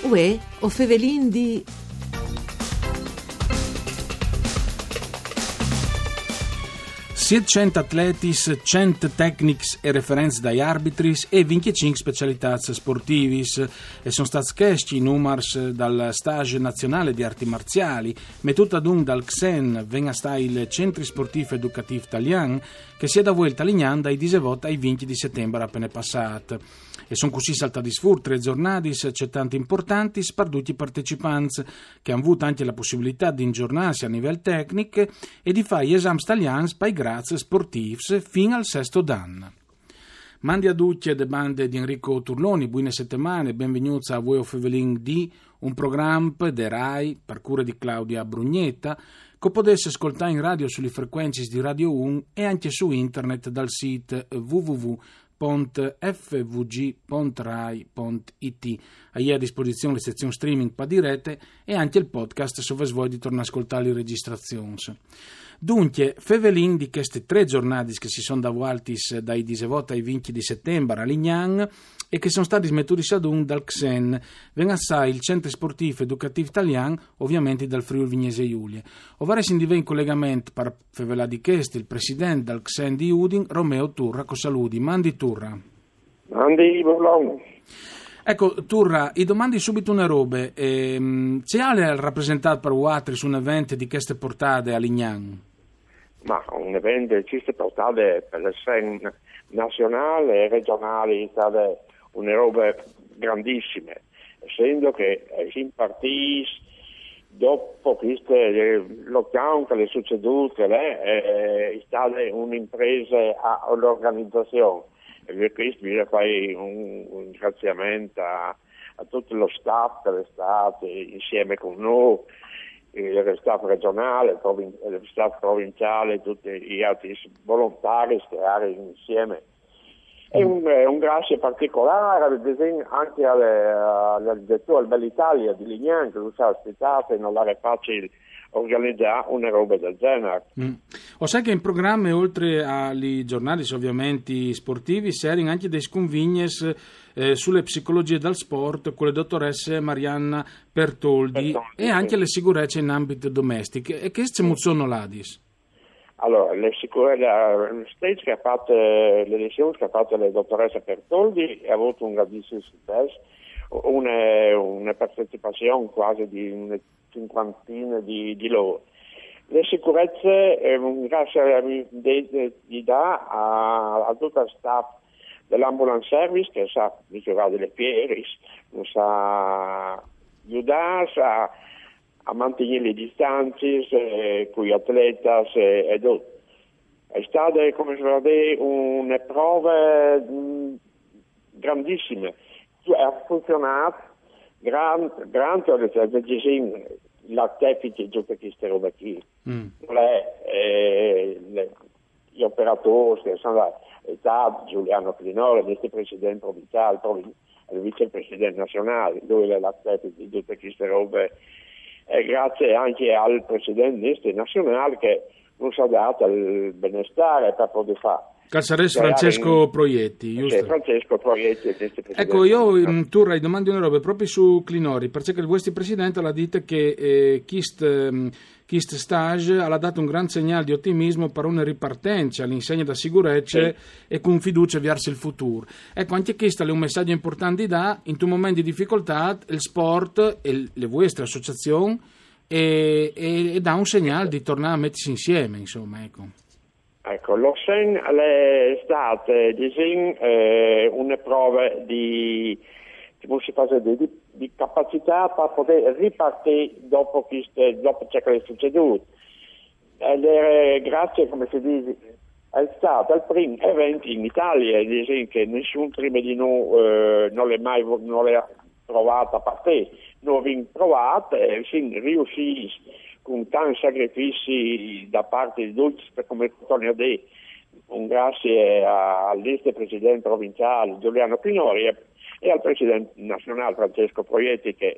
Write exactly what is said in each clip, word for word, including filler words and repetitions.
Uè, o Fevelin di... settecento atletis, cento tecnics e referenze dai arbitris e venticinque specialitats sportivis e sono stati chiesti numers dal stage nazionale di arti marziali mettuta d'un dal C S E N venga sta il Centri Sportif Educativ Italian che si è da vuelta lignan dai disevot ai venti di settembre appena passat e sono così saltati sfur tre giornadis c'è tanti importanti sparduti partecipanti che hanno avuto anche la possibilità di ingiornarsi a livello tecnico e di fare gli esami italiani per i gradi sportivi fino al sesto dan. Mandi a tutti le bande di Enrico Turloni, buone settimane, benvenuti a Voi of Fevelin D, un programma de Rai, per cura di Claudia Brugnetta, che potesse ascoltare in radio sulle frequenze di Radio uno e anche su internet dal sito w w w punto f v g punto rai punto i t. Hai a disposizione le sezioni streaming per dirette e anche il podcast se vuoi di tornare a ascoltare le registrazioni. Dunque, Fevelin di queste tre giornate che si sono davualtis dai disevot ai venti di settembre a Lignan e che sono stati smettuti sadun dal C S E N, venga assai il Centro Sportivo Educativ Italian, ovviamente dal Friuli Vignese Giulia. Ovare si indive in collegamento per Fevela di Cheste, il presidente del C S E N di Udin, Romeo Turra, con saluti. Mandi Turra. Mandi, buongiorno. Ecco, Turra, i domandi subito una robe. Ehm, c'è ale rappresentato per Uatri su un evento di queste portate a Lignan? Ma un evento di queste portate per le scene nazionali e regionali è stata una roba grandissima, essendo che in partiti dopo questo lockdown che è succeduto eh, è stata un'impresa all'organizzazione e per questo bisogna fare un, un ringraziamento a, a tutto lo staff che è stato insieme con noi, il staff regionale, il staff provinciale, tutti gli altri volontari che erano insieme. E un, un grazie particolare anche al direttore Bell'Italia di Lignan che lo sa ospitato e non era facile organizzare una roba del genere. Mm. O sai che in programma, oltre ai giornali ovviamente sportivi, servono anche dei sconvignes eh, sulle psicologie del sport con le dottoresse Marianna Pertoldi, Pertoldi e anche sì. Le sicurezze in ambito domestico. E che c'è sono l'Adis? Allora, le sicurezze che ha fatto, le lezioni che ha fatto la dottoressa Pertoldi ha avuto un grandissimo successo, una, una partecipazione quasi di una cinquantina di, di loro. Le sicurezze, eh, grazie gli dà a, a tutto il staff dell'ambulance service che sa misurare le piedi, non sa aiutare, sa a mantenere le distanze eh, con gli atleti e, e tutto. È stata, come si vede, una prova mh, grandissima. Ha funzionato, gran, gran, l'artefice giù per queste robe qui. Mm. Le, eh, le, gli operatori che sono là, Giuliano Clinore, il vicepresidente provinciale, il vicepresidente nazionale, lui è l'artefice di tutte queste robe. E grazie anche al presidente nazionale che non si è dato il benestare per poter fare. Calzares Francesco in... Proietti, giusto? Sì, Francesco Proietti. Ecco, io tu hai domande una roba proprio su Clinori, perché il vostro presidente ha detto che eh, Kist, eh, Kist Stage ha dato un gran segnale di ottimismo per una ripartenza all'insegna da sicurezza sì. E con fiducia verso il futuro. Ecco, anche questo è un messaggio importante da in un momento di difficoltà il sport e le vostre associazioni e, e, e dà un segnale di tornare a mettersi insieme, insomma, ecco. Ecco, lo S E N è stata eh, una prova di, di, di capacità per poter ripartire dopo, queste, dopo ciò che è succeduto. Ed è, grazie, come si dice, è stato il primo evento in Italia che nessuno prima di noi eh, non l'ha mai non l'ha provato a partire. Noi abbiamo provato e siamo riusciti con tanti sacrifici da parte di tutti, come Antonio De, un grazie al vicepresidente provinciale Giuliano Pinori e al presidente nazionale Francesco Proietti che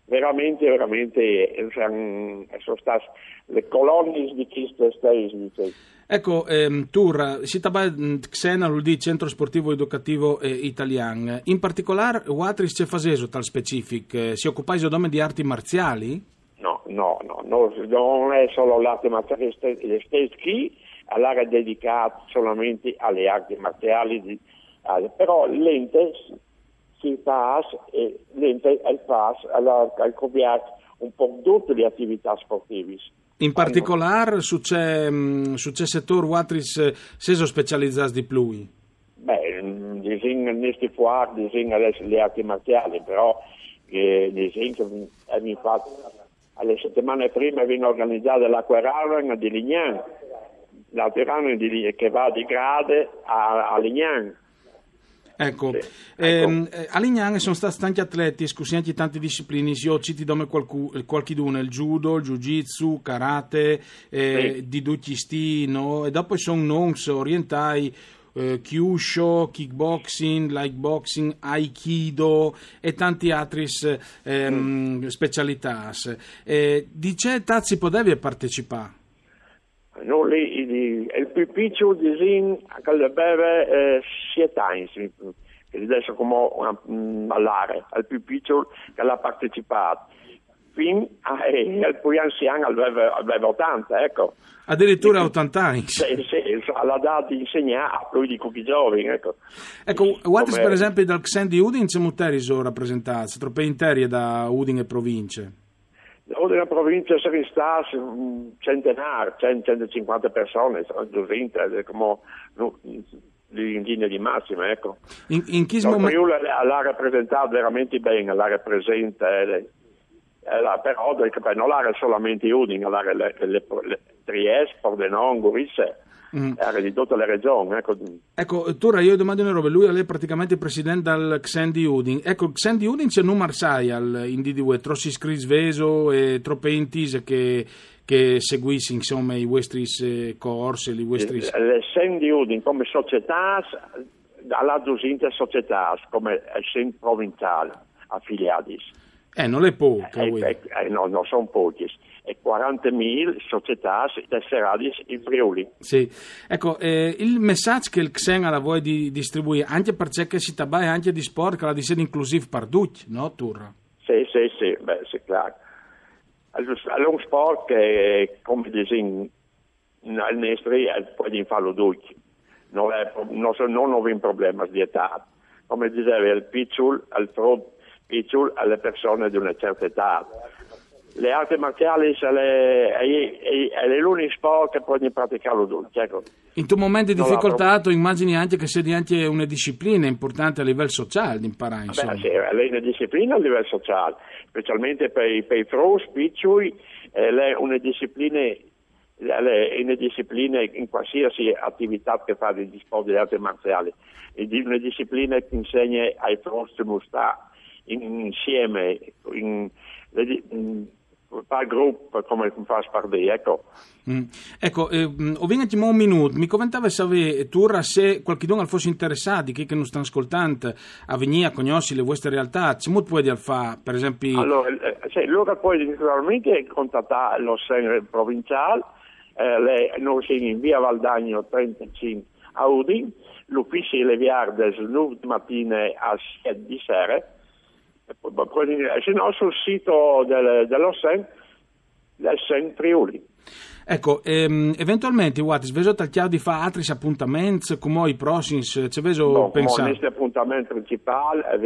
veramente, veramente sono, sono state le colonne di queste stesse. Ecco, ehm, Turra, si tabà Xena lo di Centro Sportivo Educativo eh, Italian. In particolare, Watris c'è faseso tal specific, eh, si occupa di arti marziali? No, no, no, no, non è solo l'arte marziale, le stesse qui all'area dedicata solamente alle arti marziali, di, alle, però l'ente si passa e l'ente passa a copiare un po' tutte le attività sportive. In particolare su c'è, su c'è settore Watris seso specializzato di più? Beh, disegna questi fuori, disegna le, le arti marziali, però eh, disegna, eh, infatti, alle settimane prima viene organizzata l'Acquarana di Lignan, l'Acquarana che va di Grade a, a Lignan. Ecco, sì, ehm, ecco. A Lignan sono stati tanti atleti, scusi anche tante discipline, io citi dome qualcuno, il judo, il jiu-jitsu, karate, eh, sì. di tutti sti, no? E dopo sono non orientai, eh, kyushu, kickboxing, likeboxing, aikido e tanti altri ehm, mm. specialità. Eh, di che tazzi potevi partecipare? No, lì, il più piccolo disegno che beve eh, siete anni, che adesso come all'area, il più piccolo che l'ha partecipato, fino al più anziano aveva ottanta, ecco. Addirittura ottanta anni? Sì, sì, alla data di insegnare, lui di tutti i giovani, ecco. Ecco, Wattis per esempio dal Xen di Udine c'è molti sono rappresentati, troppe intere da Udine e province. Nella provincia sono state un centenario, centocinquanta persone, come in linea di massima, ecco. In, in chi no, momento... l'ha rappresentato veramente bene, l'ha rappresenta, eh, però non l'ha solamente Udine, l'ha le, le, le Trieste, Pordenone, Gorizia. Mm. Era di tutte le regioni. Ecco, ecco Turra, io domando una roba, lui è praticamente presidente del Xen di Udine. Ecco, il Xen di Udine c'è un Marsai in D D U, trossi iscriveso e troppe intise che, che seguissi insomma i vostri corsi, i vostri... Il Xen di Udine come società, alla duecento società, come Xen provinciale, affiliati. Eh, non è poco. Eh, eh, eh, no, non sono pochi. E quarantamila società tesserate in Friuli. Sì, ecco, eh, il messaggio che il Xen ha la voglia di distribuire, anche perché si tabà anche di sport, che la di essere inclusive per tutti, no, Turra? Sì, sì, sì, beh, sì, chiaro. È un sport che, come dicono il nostro, può farlo tutti. Non, è, non, non ho problemi di età. Come diceva il piccolo, il frutto piccolo alle persone di una certa età. Le arti marziali è, è, è l'unico sport che puoi praticarlo tutti. Ecco. In tuo momento di difficoltà tu immagini anche che sia anche una disciplina importante a livello sociale di imparare, insomma. Beh, sì, è una disciplina a livello sociale, specialmente per, per i frus, piccoli, è una disciplina, è una disciplina in qualsiasi attività che fa di sport di arti marziali, è una disciplina che insegna ai frus di mostrare insieme, in, in per gruppo come fa Spardi, ecco. Mm. Ecco, eh, ho venuto un minuto, mi commentava se tu se qualcuno fosse interessato, chi che non sta ascoltando, a venire a conoscere le vostre realtà, c'è molto puoi fare, per esempio... Allora, eh, sì, loro poi naturalmente contattare lo Sen provinciale, eh, le, noi siamo in via Valdagno trentacinque a Udine, l'ufficio è le viarde nove mattine a sette di sera, se no sul sito del, dello Sen, del Sen Friuli. Ecco, ehm, eventualmente, Wattis, vedo tagliato di fare altri appuntamenti, come i prossimi, c'è vedo no, pensare? Questo appuntamento principale è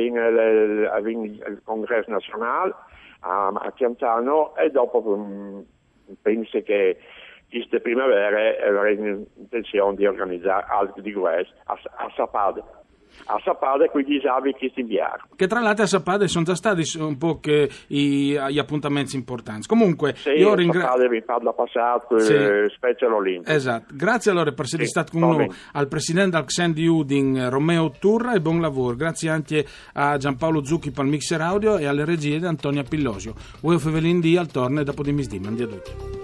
il congresso nazionale a, a Chiantano e dopo um, penso che queste primavere avrei intenzione di organizzare altri di questo a, a Sapade. A Sapade con gli esami che si inviarono. Che tra l'altro a Sapade sono già stati un po' che i, gli appuntamenti importanti. Comunque, sì, io ringrazio. Sapade vi parla passato, sì. eh, specie l'Olimpico. Esatto. Grazie allora per essere sì, stato con noi al presidente del Xen di Udine, Romeo Turra, e buon lavoro. Grazie anche a Giampaolo Zucchi per il mixer audio e alle regie di Antonia Pillosio. Voi Fevelin di al torne dopo di misdì. Mandi a tutti.